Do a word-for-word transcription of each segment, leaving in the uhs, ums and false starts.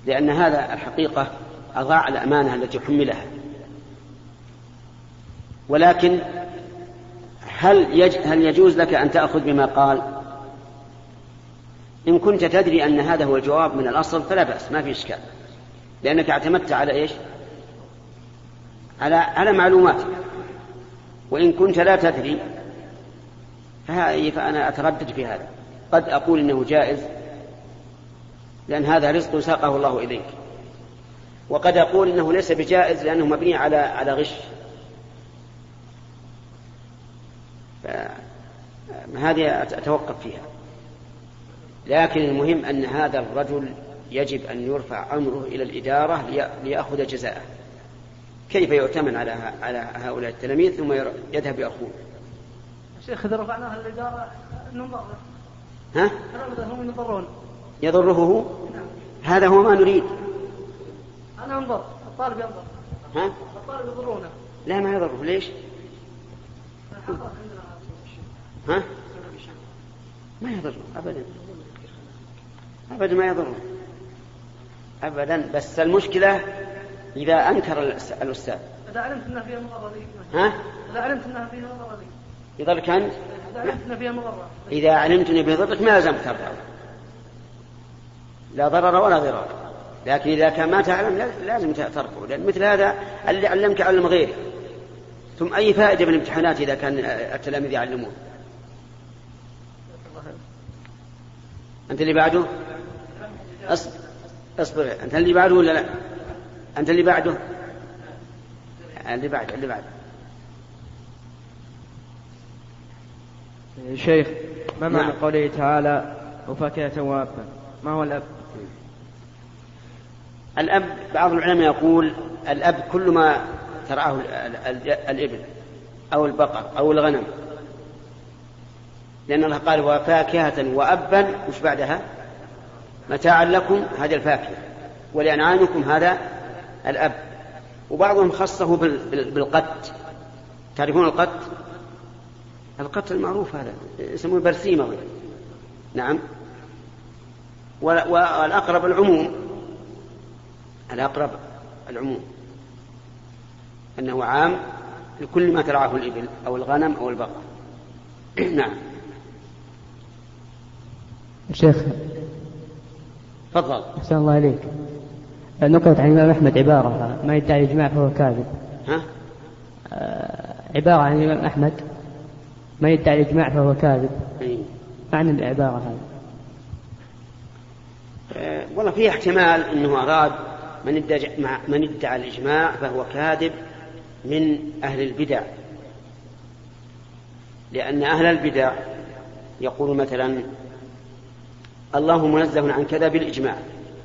لأن هذا الحقيقة أضاع الأمانة التي حملها. ولكن هل, يج... هل يجوز لك أن تأخذ بما قال؟ إن كنت تدري أن هذا هو الجواب من الأصل فلا بأس، ما في إشكال، لأنك اعتمدت على إيش؟ على, على معلوماتك. وإن كنت لا تدري فأنا أتردد في هذا، قد أقول إنه جائز لأن هذا رزق ساقه الله إليك، وقد أقول إنه ليس بجائز لأنه مبني على على غش. هذه أتوقف فيها. لكن المهم أن هذا الرجل يجب أن يرفع أمره إلى الإدارة ليأخذ جزاءه. كيف يؤتمن على على هؤلاء التلاميذ ثم يذهب يأخذ؟ شيخ إذا رفعناها للإدارة نضر. ها؟ هم يضرون. يضره هو؟ نعم. هذا هو ما نريد. أنا أنظر، الطالب ينظر. ها؟ الطالب يضرونه. لا ما يضره، ليش؟ ها؟ ما يضره أبدا، أبدا ما يضره أبدا. بس المشكلة إذا أنكر الأستاذ. إذا علمت أنها فيها مضرة. ها؟ إذا علمت أنها فيها مضرة. يضرك أنت؟ إذا علمت أنها فيها مضرة. إذا علمت أنها فيها ضرك ما لازم ترفع، لا ضرر ولا ضرار. لكن إذا كان ما تعلم لازم ترفعه، لأن مثل هذا اللي علمك علم غيره. ثم أي فائدة من الامتحانات إذا كان التلاميذ يعلمون؟ أنت اللي بعده؟ أصبر أصبر، أنت اللي بعده ولا لا؟ أنت اللي بعده؟ اللي بعده اللي بعده. شيخ، ما معنى نعم. قوله تعالى وفاكهة وأبا؟ ما هو الأب؟ الأب بعض العلماء يقول الأب كل ما ترعاه الإبل أو البقر أو الغنم، لأن الله قال وفاكهة وأبا، وش بعدها؟ متاعا لكم، هذه الفاكهة، ولأنعامكم هذا الأب. وبعضهم خصه بالقت. تعرفون القت؟ القت المعروف هذا يسمونه برسيمة. نعم. والأقرب العموم، الأقرب العموم أنه عام لكل ما ترعاه الإبل أو الغنم أو البقر. نعم. شيخ تفضل. أحسن الله إليك. نقلت عن الإمام أحمد عبارة ما يدعي الإجماع فهو كاذب. ها؟ عبارة عن الإمام أحمد ما يدعي الإجماع فهو كاذب. أي. معنى العبارة هذه؟ أه والله فيه احتمال أنه أراد من ادعى, من ادعى الإجماع فهو كاذب من أهل البدع، لأن أهل البدع يقول مثلا الله منزه عن كذا بالإجماع،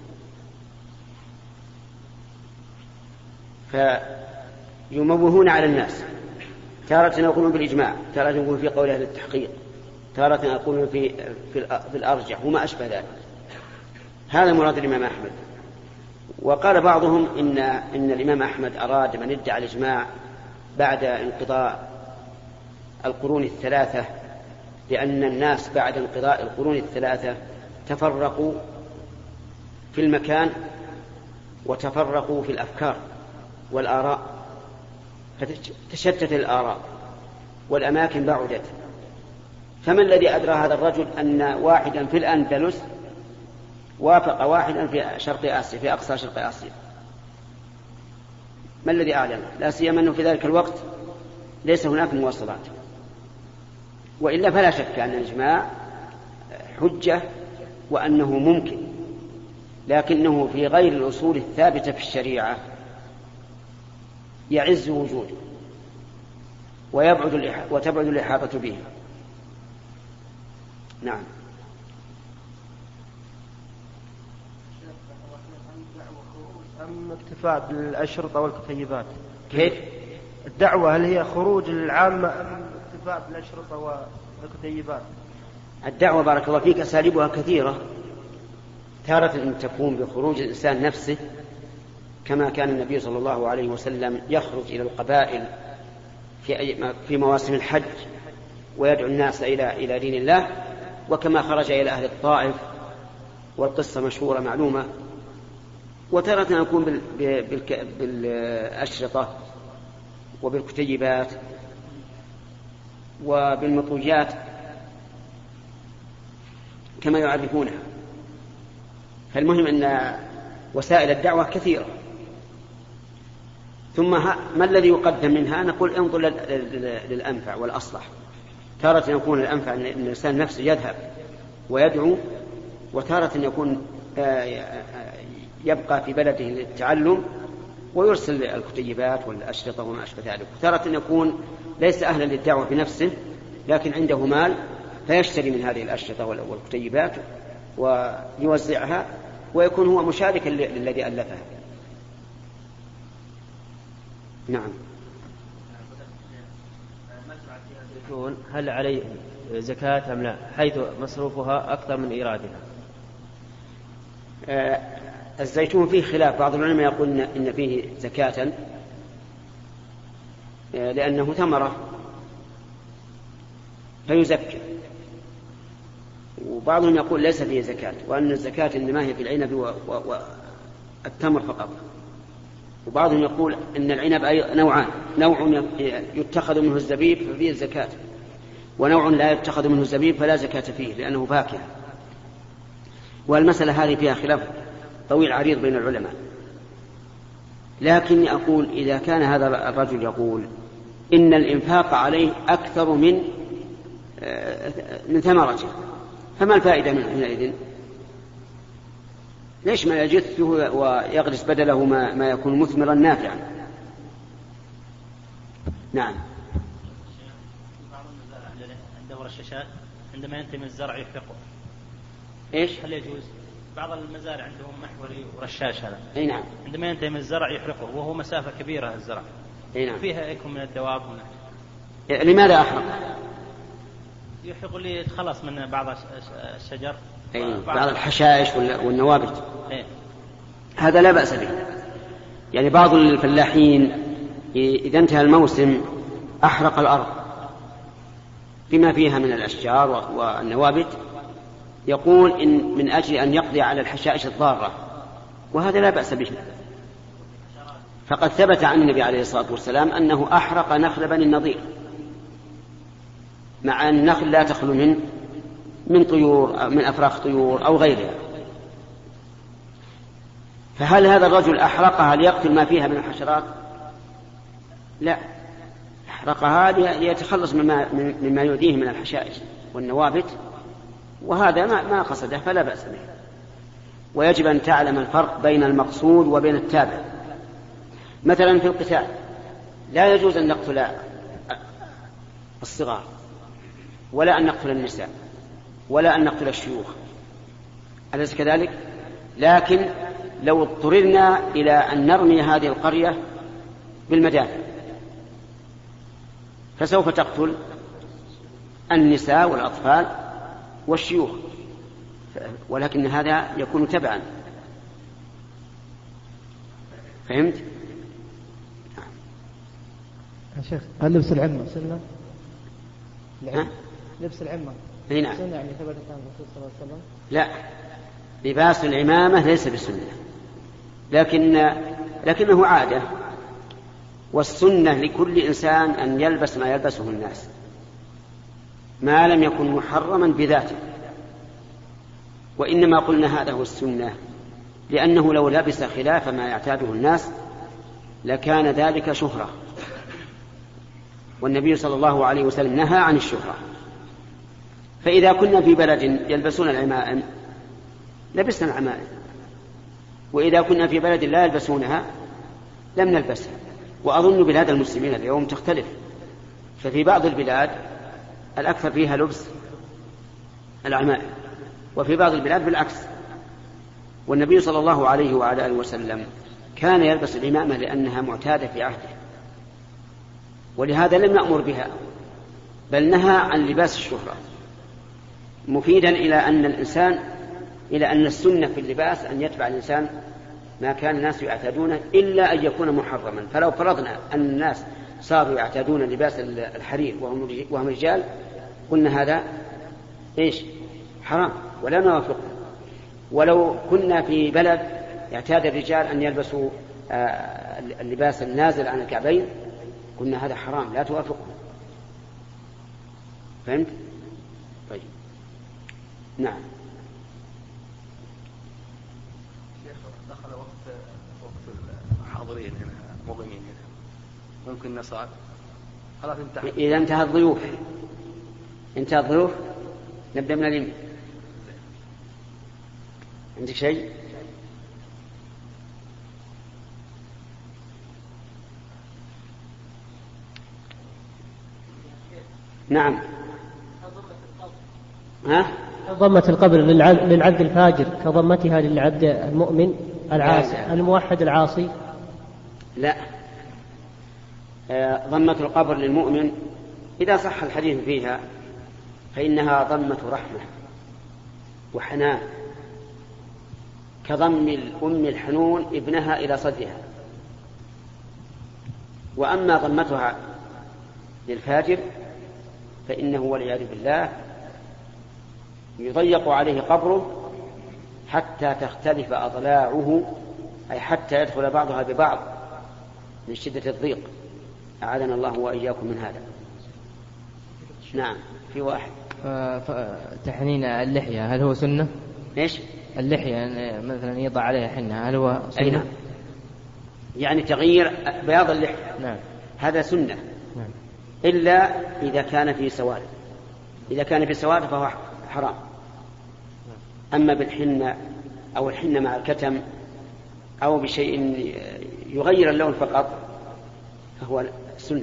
فيموهون على الناس. تارة يقولون بالإجماع، تارة يقولون في قول أهل التحقيق، تارة يقولون في, في, في الأرجح وما أشبه ذلك. هذا مراد الإمام أحمد. وقال بعضهم إن, إن الإمام أحمد أراد من ادعى الإجماع بعد انقضاء القرون الثلاثة، لأن الناس بعد انقضاء القرون الثلاثة تفرقوا في المكان وتفرقوا في الأفكار والآراء، فتشتت الآراء والأماكن بعدت. فما الذي أدرى هذا الرجل أن واحدا في الأندلس وافق واحدا في شرق آسيا، في أقصى شرق آسيا؟ ما الذي أعلم؟ لا سيما أنه في ذلك الوقت ليس هناك مواصلات. وإلا فلا شك أن الإجماع حجة وأنه ممكن، لكنه في غير الأصول الثابتة في الشريعة يعز وجوده ويبعد وتبعد الإحاطة به. نعم. أم اكتفاء بالأشرطة والكتيبات؟ كيف؟ الدعوة هل هي خروج العامة أم اكتفاء بالأشرطة والكتيبات؟ الدعوة بارك الله فيك أساليبها كثيرة. تارة أن تكون بخروج الإنسان نفسه، كما كان النبي صلى الله عليه وسلم يخرج إلى القبائل في في مواسم الحج ويدعو الناس إلى إلى دين الله، وكما خرج إلى أهل الطائف، والقصة مشهورة معلومة. وتارة يكون بالأشرطة وبالكتيبات وبالمطويات كما يعرفونها. فالمهم أن وسائل الدعوة كثيرة. ثم ما الذي يقدم منها؟ نقول انظر للأنفع والأصلح. تارة يكون الأنفع أن الإنسان نفسه يذهب ويدعو، وتارة يكون يبقى في بلده للتعلم ويرسل الكتيبات والأشرطة وما أشبه ذلك. تارة يكون ليس أهلا للدعوة بنفسه لكن عنده مال فيشتري من هذه الأشرطة والكتيبات ويوزعها ويكون هو مشاركا للذي ألفها. نعم. هل عليه زكاة أم لا، حيث مصروفها أكثر من إيرادها؟ آه الزيتون فيه خلاف. بعض العلماء يقول إن فيه زكاة آه لأنه ثمرة فيزكى، وبعضهم يقول ليس فيه زكاة، وأن الزكاة إنما هي في العنب والتمر فقط. وبعضهم يقول إن العنب نوعان، نوع يتخذ منه الزبيب ففيه الزكاة، ونوع لا يتخذ منه الزبيب فلا زكاة فيه لأنه فاكهة. والمسألة هذه فيها خلاف طويل عريض بين العلماء. لكني أقول إذا كان هذا الرجل يقول إن الإنفاق عليه أكثر من من ثمرته، فما الفائدة منه حينئذ؟ ليش ما يجثه ويغرس بدله ما, ما يكون مثمرا نافعا؟ نعم. بعض المزارع عنده رشاشات عندما ينتهي من الزرع يحرقه. ايش؟ هل يجوز؟ بعض المزارع عندهم محوري ورشاش هذا. اي نعم. عندما ينتهي من الزرع يحرقه وهو مسافة كبيرة الزرع. اي نعم. فيها يكون من الدواب هنا. لماذا أحرق؟ يحرق لي يتخلص من بعض الشجر. أي بعض الحشائش والنوابت. إيه؟ هذا لا بأس به. يعني بعض الفلاحين إذا انتهى الموسم أحرق الأرض بما فيها من الأشجار والنوابت، يقول إن من أجل أن يقضي على الحشائش الضارة، وهذا لا بأس به. فقد ثبت عن النبي عليه الصلاة والسلام أنه أحرق نخل بني النضير، مع أن النخل لا تخلو من من طيور من أفراخ طيور أو غيرها. فهل هذا الرجل أحرقها ليقتل ما فيها من الحشرات؟ لا، أحرقها ليتخلص مما, مما يؤذيه من الحشائش والنوابت، وهذا ما, ما قصده فلا بأس به. ويجب أن تعلم الفرق بين المقصود وبين التابع. مثلا في القتال لا يجوز أن نقتل الصغار، ولا أن نقتل النساء، ولا أن نقتل الشيوخ، أليس كذلك؟ لكن لو اضطررنا إلى أن نرمي هذه القرية بالمدافع فسوف تقتل النساء والأطفال والشيوخ، ولكن هذا يكون تبعا. فهمت؟ يا شيخ، هل لبس العمة سنة؟ ها؟ لبس العمة هنا سنة يعني ثبت عن الرسول صلى الله عليه وسلم؟ لا، لباس العمامة ليس بسنة، لكن لكنه عادة، والسنة لكل إنسان أن يلبس ما يلبسه الناس ما لم يكن محرما بذاته. وإنما قلنا هذا هو السنة لأنه لو لبس خلاف ما يعتاده الناس لكان ذلك شهرة، والنبي صلى الله عليه وسلم نهى عن الشهرة. فإذا كنا في بلد يلبسون العمائم لبسنا العمائم، وإذا كنا في بلد لا يلبسونها لم نلبسها. وأظن بلاد المسلمين اليوم تختلف، ففي بعض البلاد الأكثر فيها لبس العمائم، وفي بعض البلاد بالعكس. والنبي صلى الله عليه وعلى آله وسلم كان يلبس العمامة لأنها معتادة في عهده، ولهذا لم يأمر بها بل نهى عن لباس الشهرة، مفيدا إلى أن الإنسان إلى أن السنة في اللباس أن يتبع الإنسان ما كان الناس يعتادونه إلا أن يكون محرما. فلو فرضنا أن الناس صاروا يعتادون لباس الحرير وهم رجال قلنا هذا إيش؟ حرام ولا نوافقه. ولو كنا في بلد اعتاد الرجال أن يلبسوا اللباس النازل عن الكعبين، قلنا هذا حرام لا توافقه. فهمت؟ طيب نعم. شيخ دخل وقت وقت الحاضرين هنا مقيمين هنا ممكن نصعد خلاص انتهى. إذا انتهى الضيوف انتهى الضيوف نبدأ من اليمين. عندك شيء؟ نعم. ها؟ ضمة القبر للعبد الفاجر كضمتها للعبد المؤمن العاصي الموحد العاصي؟ لا، ضمة القبر للمؤمن إذا صح الحديث فيها فإنها ضمة رحمة وحنان كضم الأم الحنون ابنها إلى صدرها. وأما ضمتها للفاجر فإنه والعياذ بالله يضيق عليه قبره حتى تختلف أضلاعه، أي حتى يدخل بعضها ببعض من شدة الضيق. أعاذنا الله وإياكم من هذا. نعم. في واحد تحنين اللحية هل هو سنة؟ إيش؟ اللحية مثلا يضع عليها حنة هل هو سنة؟ أي نعم. يعني تغيير بياض اللحية نعم. هذا سنة. نعم. إلا إذا كان في سواد، إذا كان في سواد فهو حرام. أما بالحنة أو الحنة مع الكتم أو بشيء يغير اللون فقط فهو سنة.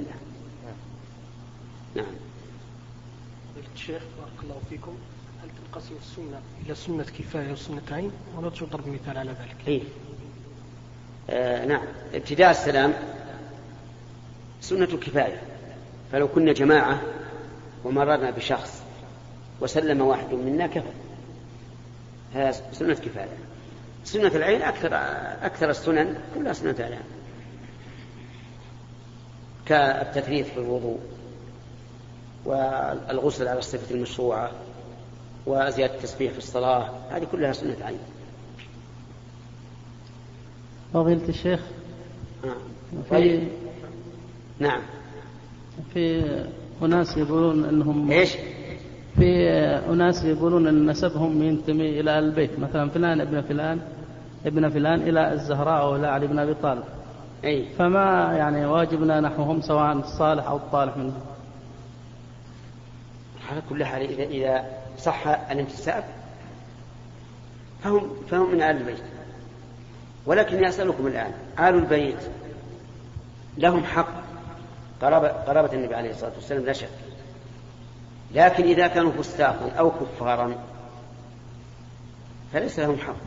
نعم. الشيخ بارك الله فيكم، هل تنقسم السنة إلى سنة كفاية وسنة عين ولا تضرب مثال على ذلك؟ إيه؟ آه نعم. ابتداء السلام سنة كفاية، فلو كنا جماعة ومررنا بشخص وسلم واحد منا كفى، هذا سنة كفاية. سنة العين أكثر أكثر السنن كلها سنة العين، كالتثليث في الوضوء والغسل على الصفة المشروعة وزيادة التسبيح في الصلاة، هذه كلها سنة عين. فضيلة الشيخ آه. في نعم في أناس يقولون أنهم إيش؟ في أناس يقولون أن نسبهم ينتمي إلى البيت، مثلا فلان ابن فلان ابن فلان إلى الزهراء أو إلى علي بن أبي طالب. أي. فما يعني واجبنا نحوهم سواء الصالح أو الطالح منهم؟ على كل حال إذا إذا صح الانتساب فهم فهم من آل البيت. ولكن أسألكم الآن، آل البيت لهم حق قرابة, قرابة النبي عليه الصلاة والسلام لا شك، لكن إذا كانوا فساقا أو كفارا فليس لهم حق.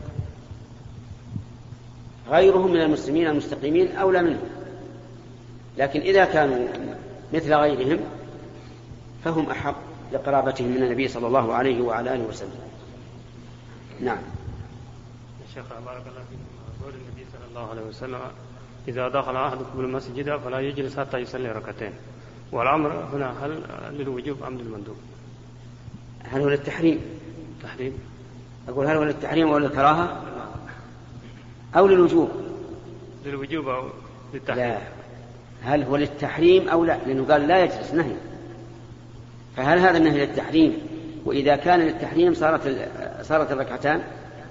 غيرهم من المسلمين المستقيمين أولى منهم، لكن إذا كانوا مثل غيرهم فهم أحق لقرابتهم من النبي صلى الله عليه وعلى آله وسلم. نعم. الشيخ بارك الله فيكم، قول النبي صلى الله عليه وسلم إذا دخل أحدكم المسجد فلا يجلس حتى يصلي ركعتين، والأمر هنا هل للوجوب أم للمندوب؟ هل هو للتحريم؟ تحريم. أقول هل هو للتحريم أو للكراهة أو للوجوب؟ للوجوب أو للتحريم؟ لا، هل هو للتحريم أو لا، لأنه قال لا يجلس نهي، فهل هذا النهي للتحريم؟ وإذا كان للتحريم صارت صارت الركعتان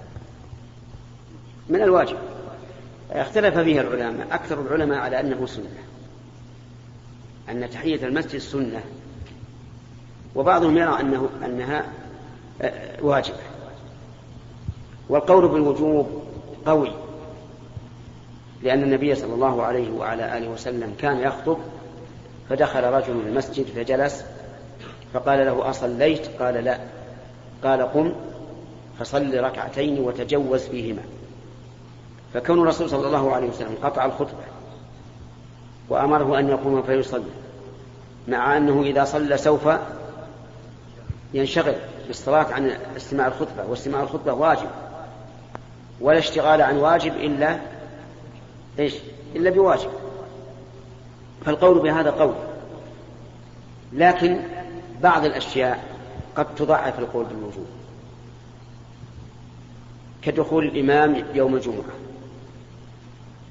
من الواجب. اختلف فيها العلماء، أكثر العلماء على أنه سنة، أن تحية المسجد سنة، وبعضهم يرى أنه أنها واجبة. والقول بالوجوب قوي، لأن النبي صلى الله عليه وعلى آله وسلم كان يخطب فدخل رجل المسجد فجلس فقال له أصليت؟ قال لا. قال قم فصل ركعتين وتجوز فيهما. فكون الرسول صلى الله عليه وسلم قطع الخطبة وأمره أن يقوم فيصلي، مع أنه إذا صلى سوف ينشغل بالصلاة عن استماع الخطبة، واستماع الخطبة واجب، ولا اشتغال عن واجب إلا إيش؟ إلا بواجب. فالقول بهذا قول، لكن بعض الأشياء قد تضعف القول بالوجوب، كدخول الإمام يوم الجمعة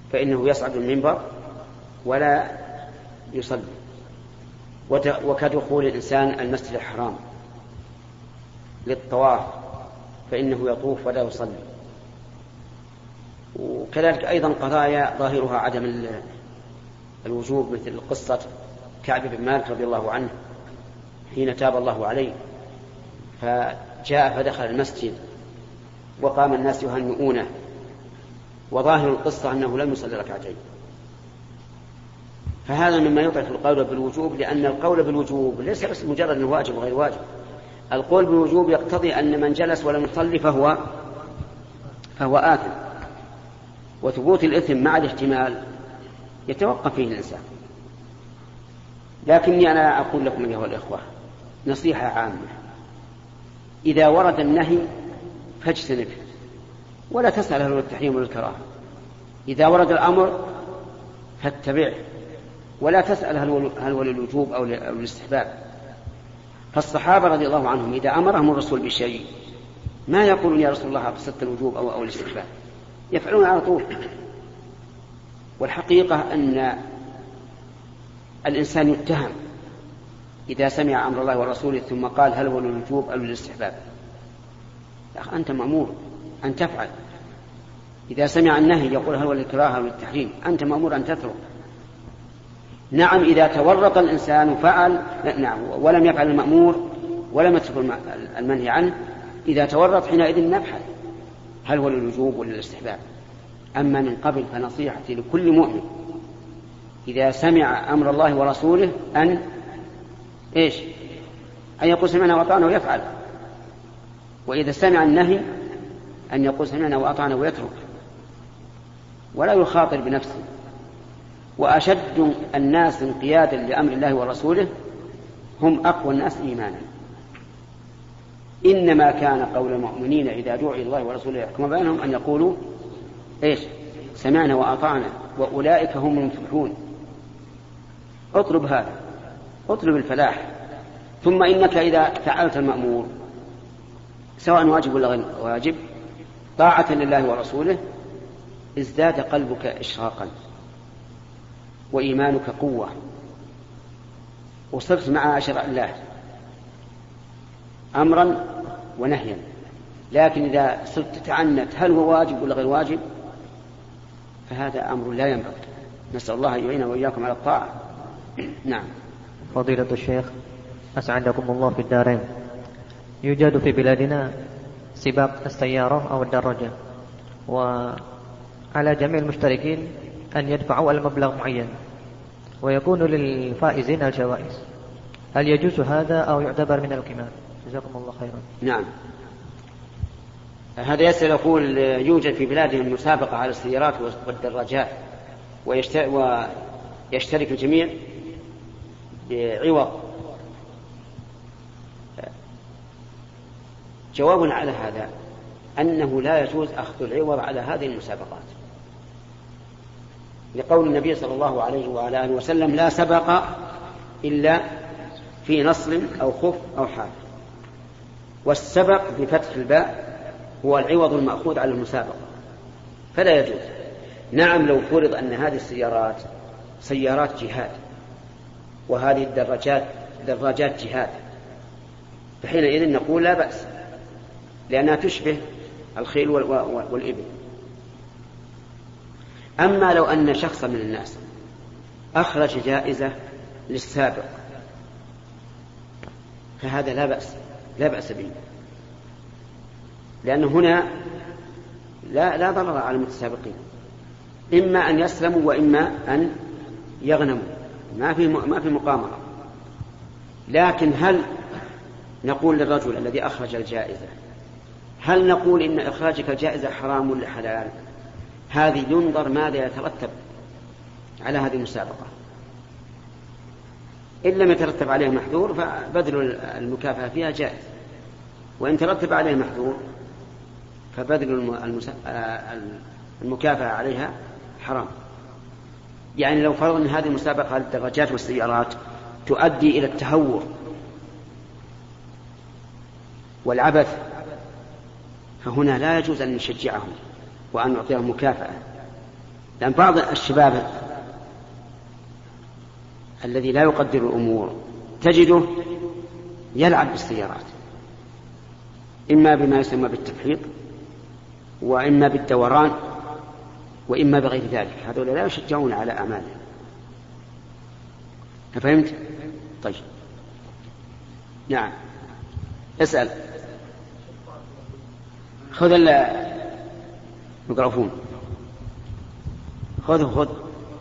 فإنه يصعد المنبر ولا يصلي، وكدخول الإنسان المسجد الحرام للطواف فإنه يطوف ولا يصلي. وكذلك أيضا قضايا ظاهرها عدم الوجوب، مثل قصة كعب بن مالك رضي الله عنه حين تاب الله عليه فجاء فدخل المسجد وقام الناس يهنئونه، وظاهر القصة أنه لم يصلي ركعتين. فهذا مما يضعف القول بالوجوب، لأن القول بالوجوب ليس بس مجرد أنه واجب وغير واجب. القول بالوجوب يقتضي أن من جلس ولم يصلي فهو فهو آثم، وثبوت الإثم مع الاحتمال يتوقف فيه الإنسان. لكني أنا أقول لكم أيها الإخوة نصيحة عامة: إذا ورد النهي فاجتنبه ولا تسأل هل هو التحريم ولا الكراهة. إذا ورد الأمر فاتبعه ولا تسأل هل هو للوجوب أو للاستحباب. فالصحابة رضي الله عنهم إذا أمرهم الرسول بشيء ما يقولون يا رسول الله قصدت الوجوب أو, أو الاستحباب، يفعلون على طول. والحقيقة أن الإنسان يتهم إذا سمع أمر الله ورسوله ثم قال هل هو للوجوب أو للاستحباب. أنت مأمور أن تفعل. إذا سمع النهي يقول هل هو للكراهة أو للتحريم، أنت مأمور أن تترك. نعم إذا تورط الإنسان فعل نعم ولم يفعل المأمور ولم يترك المنهي عنه، إذا تورط حينئذ نبحث هل هو للوجوب ولا للاستحباب. أما من قبل فنصيحتي لكل مؤمن إذا سمع أمر الله ورسوله أن إيش أن يقول سمعنا وأطعنا ويفعل، وإذا سمع النهي أن يقول سمعنا وأطعنا ويترك ولا يخاطر بنفسه. وأشد الناس انقيادا لأمر الله ورسوله هم أقوى الناس إيمانا. إنما كان قول المؤمنين إذا دعوا إلى الله ورسوله يحكم بينهم أن يقولوا إيش سمعنا وأطعنا وأولئك هم المفلحون. اطلب هذا، اطلب الفلاح. ثم إنك إذا فعلت المأمور سواء واجب ولا غير واجب طاعة لله ورسوله ازداد قلبك إشراقا وإيمانك قوة وصرت مع شرع الله أمرا ونهيا. لكن إذا صرت تتعنت هل هو واجب ولا غير واجب فهذا أمر لا ينبغي. نسأل الله أن يعيننا وإياكم على الطاعة. نعم. فضيلة الشيخ أسعدكم الله في الدارين. يوجد في بلادنا سباق السيارة أو الدراجة، وعلى جميع المشتركين أن يدفعوا المبلغ معين ويكون للفائزين الجوائز. هل يجوز هذا أو يعتبر من القمار؟ جزاكم الله خيرا. نعم. هذا يسأل يقول يوجد في بلادهم مسابقة على السيارات والدراجات ويشترك الجميع بعوض. جواب على هذا أنه لا يجوز أخذ العوض على هذه المسابقات، لقول النبي صلى الله عليه وعلى آله وسلم لا سبق إلا في نصر أو خف أو حال. والسبق بفتح الباء هو العوض المأخوذ على المسابقة، فلا يجوز. نعم لو فرض أن هذه السيارات سيارات جهاد وهذه الدراجات دراجات جهاد فحينئذ نقول لا بأس، لأنها تشبه الخيل والإبل. أما لو أن شخصا من الناس أخرج جائزة للسابق فهذا لا بأس لا بأس به، لأن هنا لا لا ضرر على المتسابقين، إما أن يسلموا وإما أن يغنموا، ما في ما في مقامرة. لكن هل نقول للرجل الذي أخرج الجائزة هل نقول إن إخراجك الجائزة حرام ولا حلال؟ هذه ينظر ماذا يترتب على هذه المسابقة. إن لم يترتب عليه محذور فبذل المكافأة فيها جائز، وإن ترتب عليه محذور فبذل المكافأة عليها حرام. يعني لو فرضنا أن هذه المسابقة للدراجات والسيارات تؤدي إلى التهور والعبث فهنا لا يجوز أن نشجعهم وأن نعطيهم مكافأة، لأن بعض الشباب الذي لا يقدر الأمور تجده يلعب بالسيارات، إما بما يسمى بالتفحيط وإما بالدوران وإما بغير ذلك. هذول لا يشجعون على أعمالهم. فهمت؟ طيب نعم اسأل. خذ الميكروفون. خذ خذ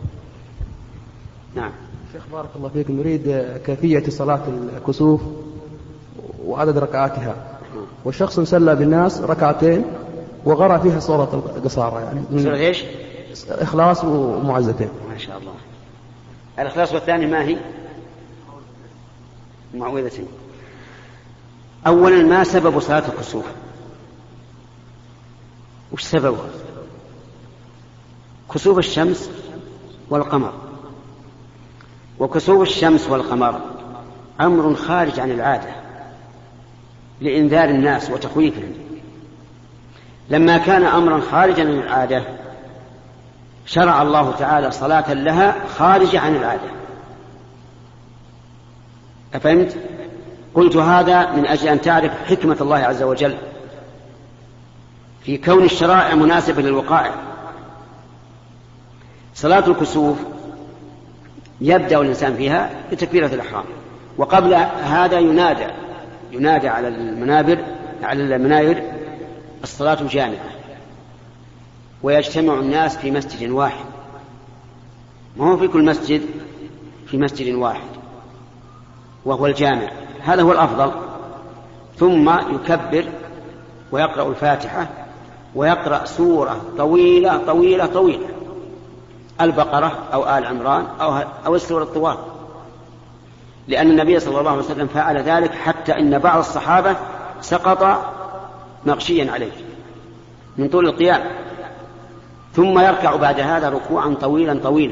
نعم. شيخ بارك الله فيك، نريد كيفية صلاة الكسوف وعدد ركعاتها. والشخص سلى بالناس ركعتين وغرى فيها صورة القصارى، يعني صورة ايش؟ إخلاص ومعزتين. ما شاء الله. الإخلاص والثاني ما هي؟ معوذتين. أولا ما سبب صلاة الكسوف؟ وش سببها؟ كسوف الشمس والقمر. وكسوف الشمس والقمر أمر خارج عن العادة لإنذار الناس وتخويفهم. لما كان أمرا خارجا عن العادة شرع الله تعالى صلاة لها خارجة عن العادة. أفهمت؟ قلت هذا من أجل أن تعرف حكمة الله عز وجل في كون الشرائع مناسبة للوقائع. صلاة الكسوف يبدأ الإنسان فيها بتكبيرة الإحرام، وقبل هذا ينادى ينادى على المنابر على المناير الصلاة جامعة، ويجتمع الناس في مسجد واحد، ما هو في كل مسجد، في مسجد واحد وهو الجامع، هذا هو الأفضل. ثم يكبر ويقرأ الفاتحة ويقرأ سورة طويلة طويلة طويلة، البقرة أو آل عمران أو, أو السورة الطوال، لأن النبي صلى الله عليه وسلم فعل ذلك حتى إن بعض الصحابة سقط مغشيا عليه من طول القيام. ثم يركع بعد هذا ركوعا طويلا طويلا،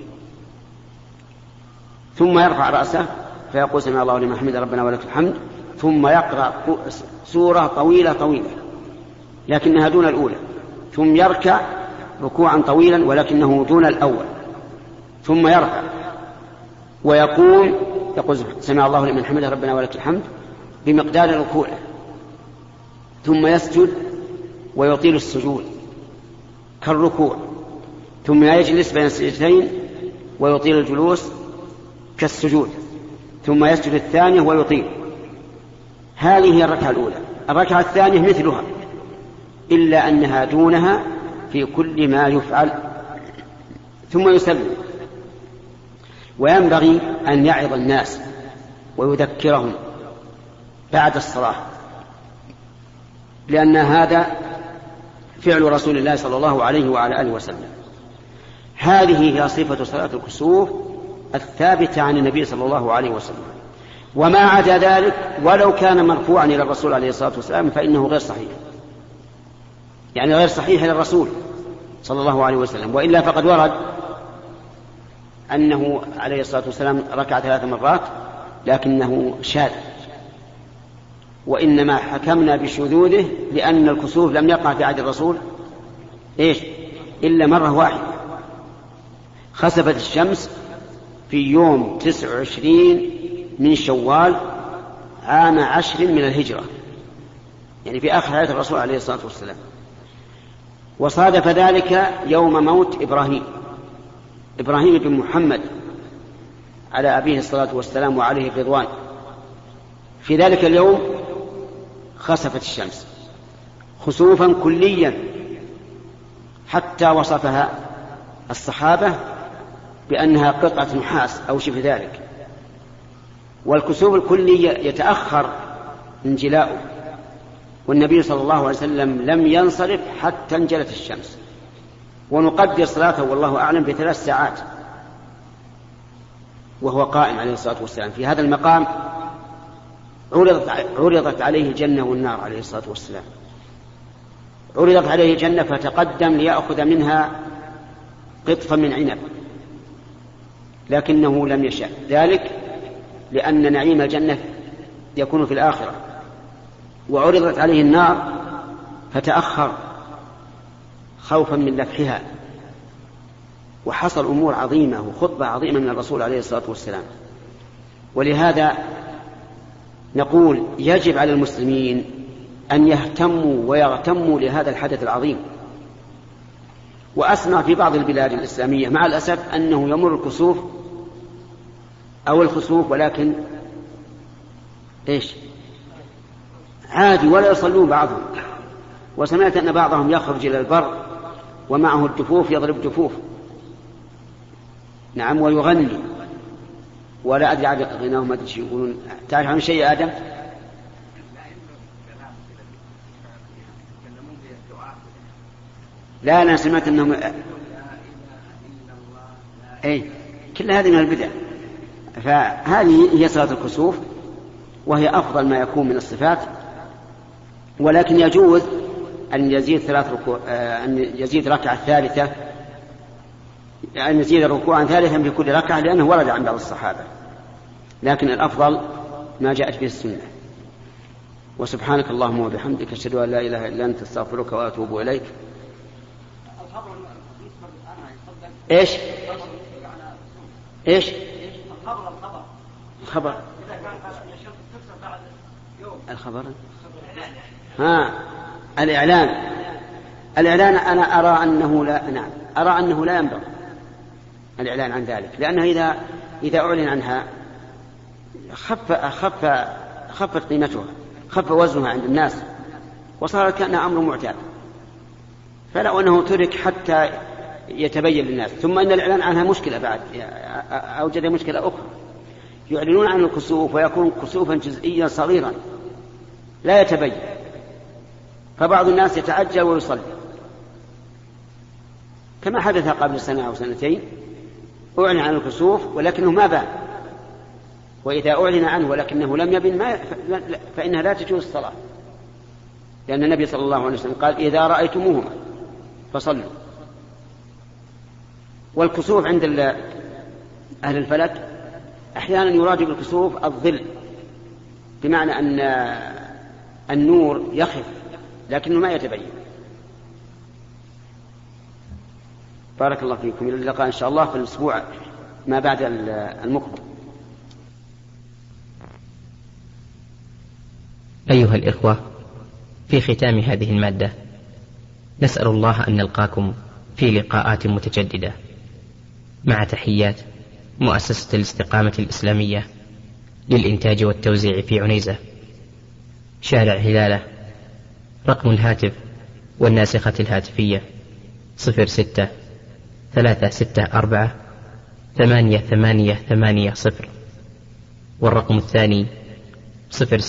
ثم يرفع رأسه فيقول سمع الله لمن حمده ربنا ولك الحمد، ثم يقرأ سورة طويلة طويلة لكنها دون الأولى، ثم يركع ركوعا طويلا ولكنه دون الأول، ثم يرفع ويقوم يقول سمع الله لمن حمده ربنا ولك الحمد بمقدار ركوعه، ثم يسجد ويطيل السجود كالركوع، ثم يجلس بين السجدتين ويطيل الجلوس كالسجود، ثم يسجد الثانية ويطيل. هذه هي الركعة الأولى. الركعة الثانية مثلها إلا أنها دونها في كل ما يفعل، ثم يسلم. وينبغي أن يعظ الناس ويذكرهم بعد الصلاة، لأن هذا فعل رسول الله صلى الله عليه وعلى آله وسلم. هذه هي صفة صلاة الكسوف الثابتة عن النبي صلى الله عليه وسلم، وما عدا ذلك ولو كان مرفوعا إلى الرسول عليه الصلاة والسلام فإنه غير صحيح، يعني غير صحيح إلى الرسول صلى الله عليه وسلم. وإلا فقد ورد أنه عليه الصلاة والسلام ركع ثلاث مرات لكنه شاذ، وإنما حكمنا بشذوذه لأن الكسوف لم يقع في عهد الرسول إيش إلا مرة واحدة. خسفت الشمس في يوم تسع وعشرين من شوال عام عشر من الهجرة، يعني في آخر حياة الرسول عليه الصلاة والسلام، وصادف ذلك يوم موت إبراهيم إبراهيم بن محمد على أبيه الصلاة والسلام وعليه الرضوان. في ذلك اليوم خسفت الشمس خسوفا كليا حتى وصفها الصحابة بأنها قطعة نحاس أو شبه ذلك. والكسوف الكلي يتأخر انجلاؤه، والنبي صلى الله عليه وسلم لم ينصرف حتى انجلت الشمس، ونقدر صلاته والله أعلم بثلاث ساعات وهو قائم عليه الصلاة والسلام. في هذا المقام عرضت, عرضت عليه الجنة والنار عليه الصلاة والسلام. عرضت عليه الجنة فتقدم ليأخذ منها قطفا من عنب، لكنه لم يشاء ذلك لأن نعيم الجنة يكون في الآخرة. وعرضت عليه النار فتأخر خوفا من لفحها، وحصل أمور عظيمة وخطبة عظيمة من الرسول عليه الصلاة والسلام. ولهذا نقول يجب على المسلمين أن يهتموا ويغتموا لهذا الحدث العظيم. وأسمع في بعض البلاد الإسلامية مع الأسف أنه يمر الكسوف أو الخسوف ولكن إيش عادي ولا يصلون بعضهم. وسمعت أن بعضهم يخرج إلى البر ومعه الدفوف يضرب دفوف نعم ويغني ولا أدري عن غناهم ما أدري يقولون. تعرف عن شيء يا آدم؟ لا أنا سمعت أنهم أي كل هذه من البدع. فهذه هي صلاة الكسوف وهي أفضل ما يكون من الصفات. ولكن يجوز أن يزيد ثلاث ركوع أن يزيد ركعة ثالثة أن يزيد ركوعا ثالثا في كل ركعة لأنه ورد عن بعض الصحابة. لكن الأفضل ما جاءت به السنة. وسبحانك اللهم وبحمدك أشهد أن لا إله إلا أنت أستغفرك وأتوب إليك. إيش إيش الخبر الخبر ها الإعلان الإعلان أنا أرى أنه لا نعم أرى أنه لا ينبغي الإعلان عن ذلك لأنه إذا إذا أعلن عنها خف خف خفت قيمتها خف وزنها عند الناس وصارت كأنها أمر معتاد. فلو أنه ترك حتى يتبين للناس. ثم أن الإعلان عنها مشكلة بعد أوجد مشكلة أخرى. يعلنون عن الكسوف ويكون كسوفا جزئيا صغيرا لا يتبين فبعض الناس يتعجل ويصلي كما حدث قبل سنة أو سنتين. أعلن عن الكسوف ولكنه ما بان. وإذا أعلن عنه ولكنه لم يبن ما فإنها لا تجوز الصلاة لأن النبي صلى الله عليه وسلم قال إذا رأيتموهما فصلوا. والكسوف عند أهل الفلك أحيانا يراد بالكسوف الظل بمعنى أن النور يخف لكنه ما يتبين. بارك الله فيكم. إلى اللقاء إن شاء الله في الأسبوع ما بعد المقبل. أيها الإخوة، في ختام هذه المادة نسأل الله أن نلقاكم في لقاءات متجددة مع تحيات مؤسسة الاستقامة الإسلامية للإنتاج والتوزيع في عنيزة شارع هلالة. رقم الهاتف والناسخة الهاتفية صفر ستة ثلاثة ستة أربعة ثمانية ثمانية ثمانية صفر والرقم الثاني صفر